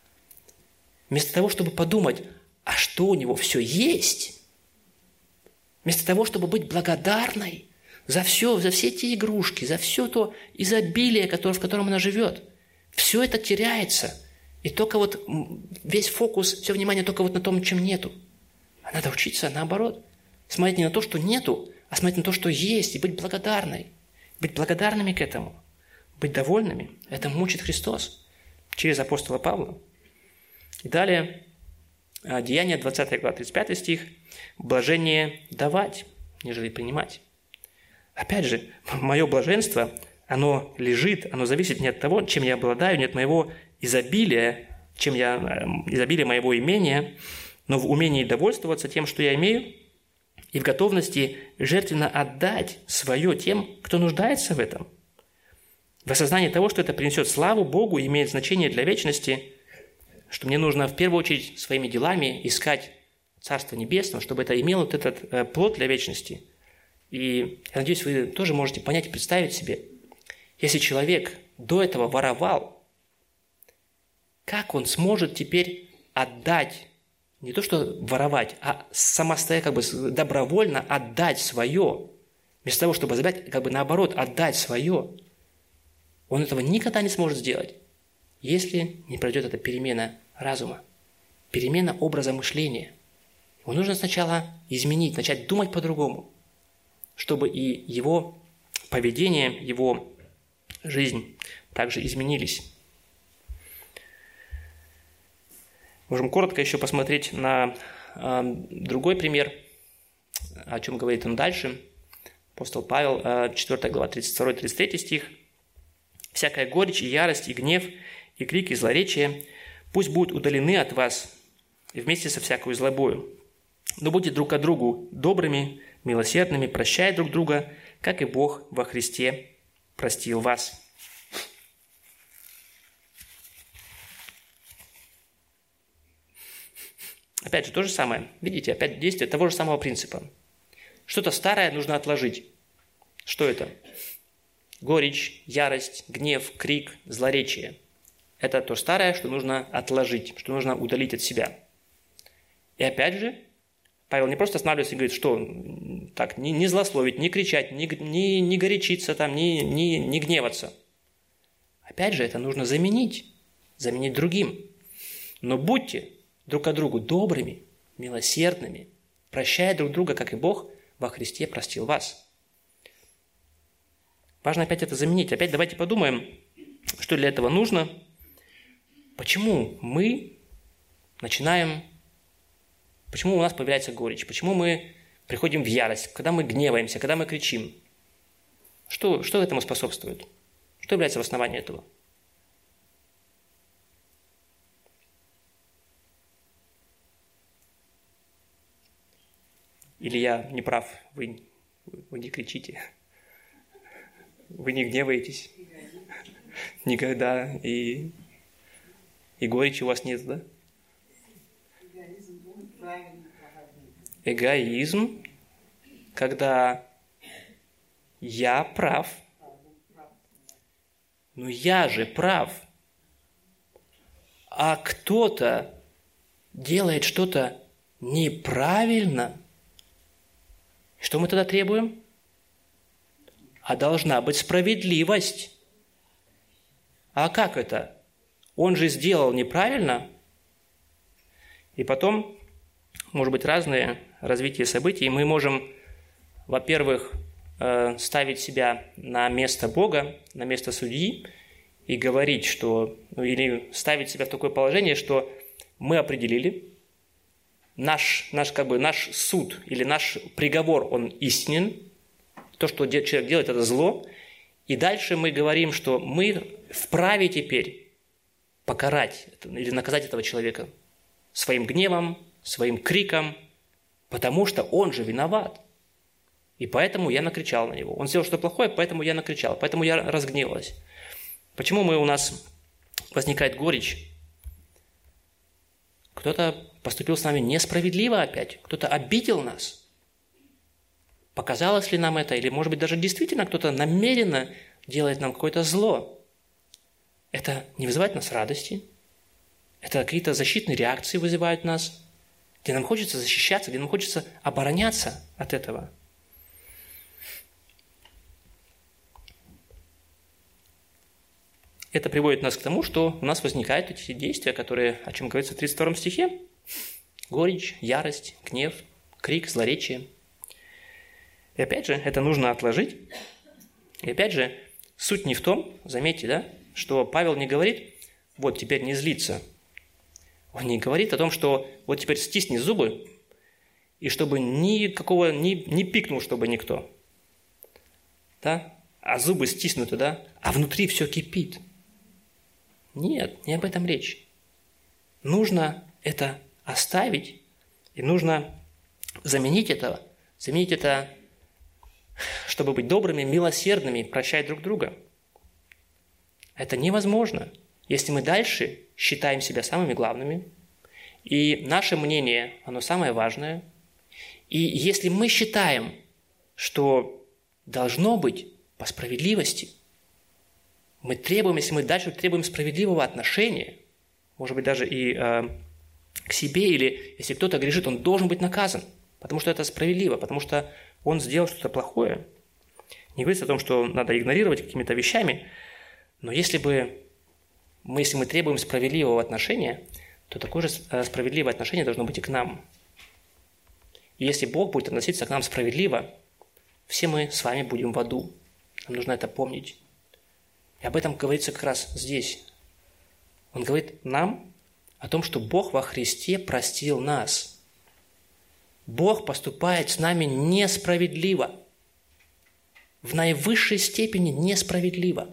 Вместо того, чтобы подумать, а что у него все есть, вместо того, чтобы быть благодарной за все эти игрушки, за все то изобилие, в котором она живет, все это теряется. И только весь фокус, все внимание только на том, чем нету. А надо учиться наоборот. Смотреть не на то, что нету, а смотреть на то, что есть, и быть благодарной. Быть благодарными к этому. Быть довольными. Этому учит Христос через апостола Павла. И далее, Деяния, 20 глава, 35 стих. «Блажение давать, нежели принимать». Опять же, мое блаженство, оно зависит не от того, чем я обладаю, не от моего изобилия, изобилие моего имения, но в умении довольствоваться тем, что я имею, и в готовности жертвенно отдать свое тем, кто нуждается в этом. В осознании того, что это принесет славу Богу и имеет значение для вечности, что мне нужно в первую очередь своими делами искать Царство Небесное, чтобы это имело этот плод для вечности. И я надеюсь, вы тоже можете понять и представить себе, если человек до этого воровал, как он сможет теперь отдать, не то что воровать, а самостоятельно, добровольно отдать свое, вместо того, чтобы забрать, наоборот, отдать свое. Он этого никогда не сможет сделать, если не пройдет эта перемена разума, перемена образа мышления. Его нужно сначала изменить, начать думать по-другому, чтобы и его поведение, его жизнь также изменились. Можем коротко еще посмотреть на другой пример, о чем говорит он дальше. Апостол Павел, 4 глава, 32-33 стих. «Всякая горечь и ярость, и гнев, и крик, и злоречие пусть будут удалены от вас и вместе со всякою злобою. Но будьте друг к другу добрыми, милосердными, прощая друг друга, как и Бог во Христе простил вас». Опять же, то же самое. Видите, опять действие того же самого принципа. Что-то старое нужно отложить. Что это? Горечь, ярость, гнев, крик, злоречие. Это то старое, что нужно отложить, что нужно удалить от себя. И опять же, Павел не просто останавливается и говорит, что так, не злословить, не кричать, не горячиться, не гневаться. Опять же, это нужно заменить другим. Но будьте друг к другу добрыми, милосердными, прощая друг друга, как и Бог во Христе простил вас. Важно опять это заменить. Опять давайте подумаем, что для этого нужно. Почему почему у нас появляется горечь? Почему мы приходим в ярость? Когда мы гневаемся, когда мы кричим? Что этому способствует? Что является в основании этого? Или я не прав, вы не кричите, вы не гневаетесь никогда, и горечи у вас нет, да? Эгоизм, когда я прав, но я же прав, а кто-то делает что-то неправильно, Что мы тогда требуем? А должна быть справедливость. А как это? Он же сделал неправильно. И потом, может быть, разные развития событий. Мы можем, во-первых, ставить себя на место Бога, на место судьи и говорить, что, или ставить себя в такое положение, что мы определили, наш суд или наш приговор, он истинен, то, что человек делает, это зло, и дальше мы говорим, что мы вправе теперь покарать или наказать этого человека своим гневом, своим криком, потому что он же виноват. И поэтому я накричал на него. Он сделал что-то плохое, поэтому я накричал, поэтому я разгневалась. Почему у нас возникает горечь? Кто-то поступил с нами несправедливо опять, кто-то обидел нас. Показалось ли нам это, или, может быть, даже действительно кто-то намеренно делает нам какое-то зло? Это не вызывает нас радости, это какие-то защитные реакции вызывают нас, где нам хочется защищаться, где нам хочется обороняться от этого. Это приводит нас к тому, что у нас возникают эти действия, которые, о чем говорится в 32 стихе. Горечь, ярость, гнев, крик, злоречие. И опять же, это нужно отложить. И опять же, суть не в том, заметьте, да, что Павел не говорит, вот теперь не злиться. Он не говорит о том, что вот теперь стисни зубы, и чтобы никакого, не пикнул, чтобы никто. Да? А зубы стиснуты, да? А внутри все кипит. Нет, не об этом речь. Нужно это оставить, и нужно заменить это, чтобы быть добрыми, милосердными, прощать друг друга. Это невозможно, если мы дальше считаем себя самыми главными, и наше мнение, оно самое важное, и если мы считаем, что должно быть по справедливости, мы требуем, если мы дальше требуем справедливого отношения, может быть, даже и к себе, или если кто-то грешит, он должен быть наказан, потому что это справедливо, потому что он сделал что-то плохое. Не говорится о том, что надо игнорировать какими-то вещами, но если мы требуем справедливого отношения, то такое же справедливое отношение должно быть и к нам. И если Бог будет относиться к нам справедливо, все мы с вами будем в аду. Нам нужно это помнить. И об этом говорится как раз здесь. Он говорит нам о том, что Бог во Христе простил нас. Бог поступает с нами несправедливо. В наивысшей степени несправедливо.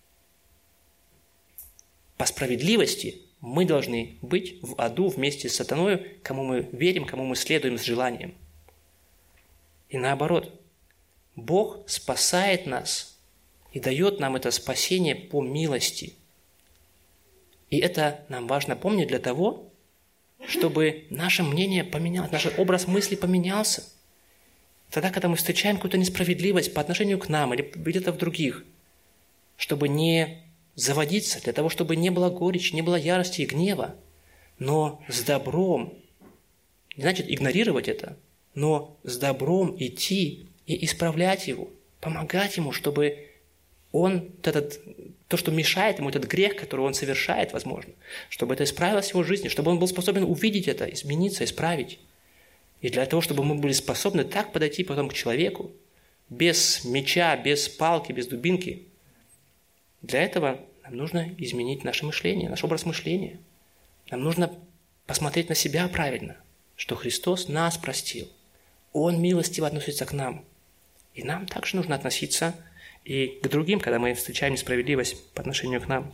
По справедливости мы должны быть в аду вместе с сатаною, кому мы верим, кому мы следуем с желанием. И наоборот, Бог спасает нас и дает нам это спасение по милости. И это нам важно помнить для того, чтобы наше мнение поменялось, наш образ мысли поменялся. Тогда, когда мы встречаем какую-то несправедливость по отношению к нам или где-то в других, чтобы не заводиться, для того, чтобы не было горечи, не было ярости и гнева, но с добром, не значит игнорировать это, но с добром идти и исправлять его, помогать ему, чтобы он, то, что мешает ему, этот грех, который он совершает, возможно, чтобы это исправилось в его жизни, чтобы он был способен увидеть это, измениться, исправить. И для того, чтобы мы были способны так подойти потом к человеку, без меча, без палки, без дубинки, для этого нам нужно изменить наше мышление, наш образ мышления. Нам нужно посмотреть на себя правильно, что Христос нас простил. Он милостиво относится к нам. И нам также нужно относиться и к другим, когда мы встречаем несправедливость по отношению к нам.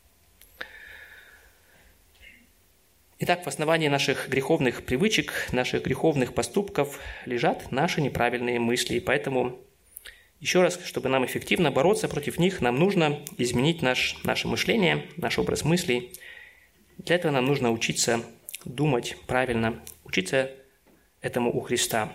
Итак, в основании наших греховных привычек, наших греховных поступков лежат наши неправильные мысли. И поэтому, еще раз, чтобы нам эффективно бороться против них, нам нужно изменить наше мышление, наш образ мыслей. Для этого нам нужно учиться думать правильно, учиться этому у Христа.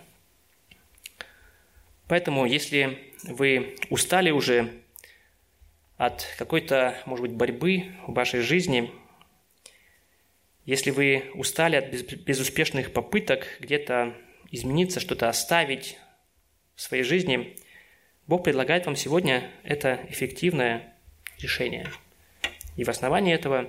Поэтому, если вы устали уже от какой-то, может быть, борьбы в вашей жизни, если вы устали от безуспешных попыток где-то измениться, что-то оставить, в своей жизни, Бог предлагает вам сегодня это эффективное решение. И в основании этого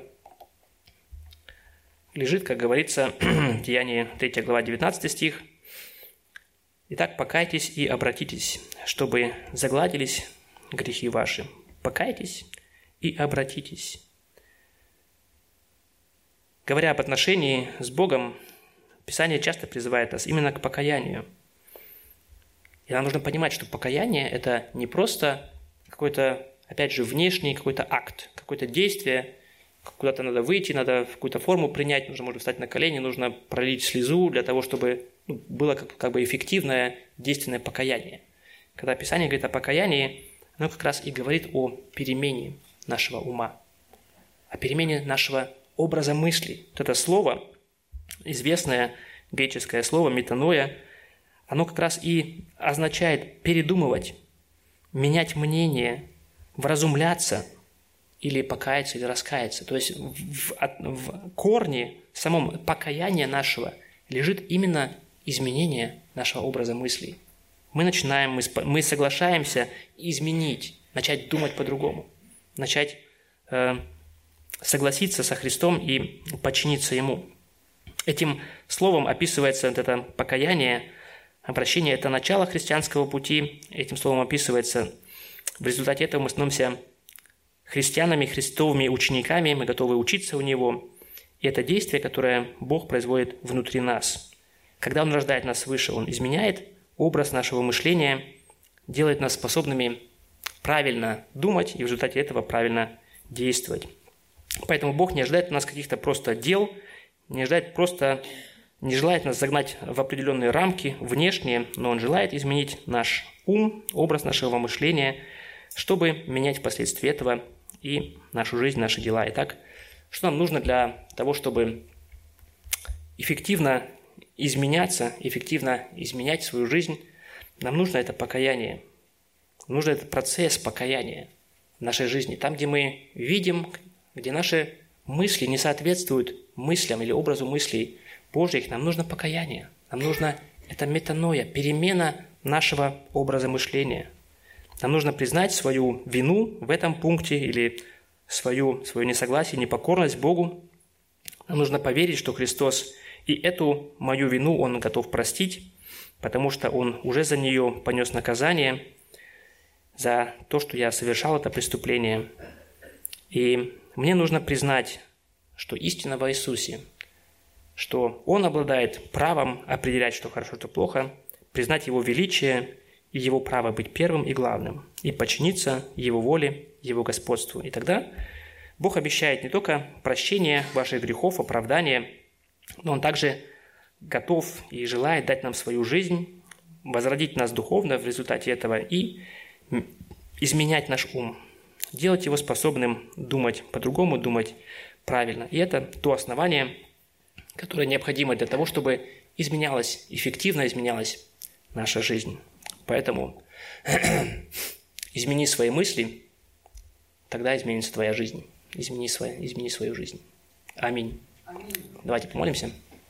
лежит, как говорится, Деяние 3 глава 19 стих. «Итак, покайтесь и обратитесь, чтобы загладились грехи ваши. Покайтесь и обратитесь». Говоря об отношении с Богом, Писание часто призывает нас именно к покаянию. И нам нужно понимать, что покаяние – это не просто какой-то, опять же, внешний какой-то акт, какое-то действие, куда-то надо выйти, надо какую-то форму принять, нужно, может, встать на колени, нужно пролить слезу для того, чтобы было как бы эффективное, действенное покаяние. Когда Писание говорит о покаянии, оно как раз и говорит о перемене нашего ума, о перемене нашего образа мыслей. Вот это слово, известное греческое слово «метаноя», оно как раз и означает передумывать, менять мнение, вразумляться или покаяться, или раскаяться. То есть в корне, в самом покаянии нашего лежит именно изменение нашего образа мыслей. Мы соглашаемся изменить, начать думать по-другому, начать согласиться со Христом и подчиниться Ему. Этим словом описывается это покаяние, обращение – это начало христианского пути. Этим словом описывается, в результате этого мы становимся христианами, христовыми учениками, мы готовы учиться у Него. И это действие, которое Бог производит внутри нас. Когда Он рождает нас свыше, Он изменяет образ нашего мышления, делает нас способными правильно думать и в результате этого правильно действовать. Поэтому Бог не ожидает от нас каких-то просто дел, не желает нас загнать в определенные рамки внешние, но Он желает изменить наш ум, образ нашего мышления, чтобы менять впоследствии этого и нашу жизнь, наши дела. Итак, что нам нужно для того, чтобы эффективно изменяться, эффективно изменять свою жизнь? Нам нужно это покаяние. Нужен этот процесс покаяния в нашей жизни. Там, где мы видим, где наши мысли не соответствуют мыслям или образу мыслей Божьих, нам нужно покаяние. Нам нужно это метаноя, перемена нашего образа мышления. Нам нужно признать свою вину в этом пункте или свое несогласие, непокорность Богу. Нам нужно поверить, что Христос и эту мою вину Он готов простить, потому что Он уже за нее понес наказание, за то, что я совершал это преступление. И мне нужно признать, что истина во Иисусе, что Он обладает правом определять, что хорошо, что плохо, признать Его величие и Его право быть первым и главным, и подчиниться Его воле, Его господству. И тогда Бог обещает не только прощение ваших грехов, оправдание, но Он также готов и желает дать нам свою жизнь, возродить нас духовно в результате этого и изменять наш ум, делать его способным думать по-другому, думать правильно. И это то основание, которое необходимо для того, чтобы эффективно изменялась наша жизнь. Поэтому измени свои мысли, тогда изменится твоя жизнь. Измени свою жизнь. Аминь. Давайте помолимся.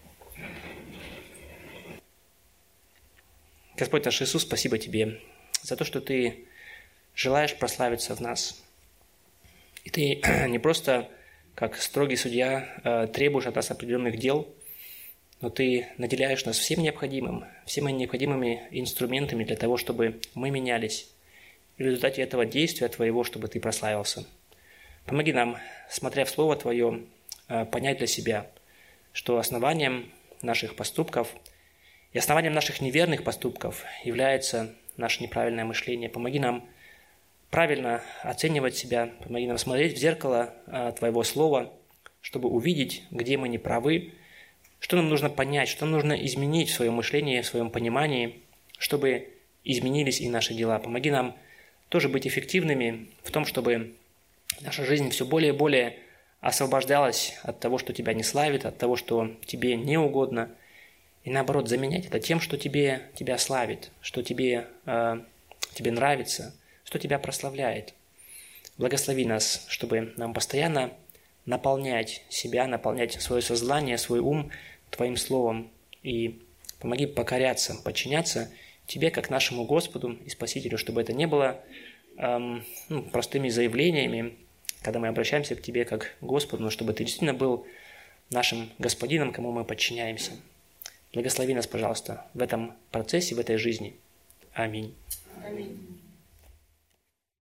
Господь наш Иисус, спасибо Тебе за то, что Ты желаешь прославиться в нас. И Ты не просто, как строгий судья, требуешь от нас определенных дел, но Ты наделяешь нас всем необходимыми инструментами для того, чтобы мы менялись. И в результате этого действия Твоего, чтобы Ты прославился. Помоги нам, смотря в Слово Твое, понять для себя, что основанием наших поступков и основанием наших неверных поступков является наше неправильное мышление. Помоги нам правильно оценивать себя, помоги нам смотреть в зеркало Твоего Слова, чтобы увидеть, где мы не правы, что нам нужно понять, что нам нужно изменить в своем мышлении, в своем понимании, чтобы изменились и наши дела. Помоги нам тоже быть эффективными в том, чтобы наша жизнь все более и более освобождалась от того, что Тебя не славит, от того, что Тебе не угодно, и наоборот заменять это тем, что Тебя славит, что Тебе нравится, что Тебя прославляет. Благослови нас, чтобы нам постоянно наполнять себя, наполнять свое сознание, свой ум Твоим Словом, и помоги покоряться, подчиняться Тебе, как нашему Господу и Спасителю, чтобы это не было простыми заявлениями, когда мы обращаемся к Тебе как к Господу, но чтобы Ты действительно был нашим Господином, кому мы подчиняемся. Благослови нас, пожалуйста, в этом процессе, в этой жизни. Аминь. Аминь.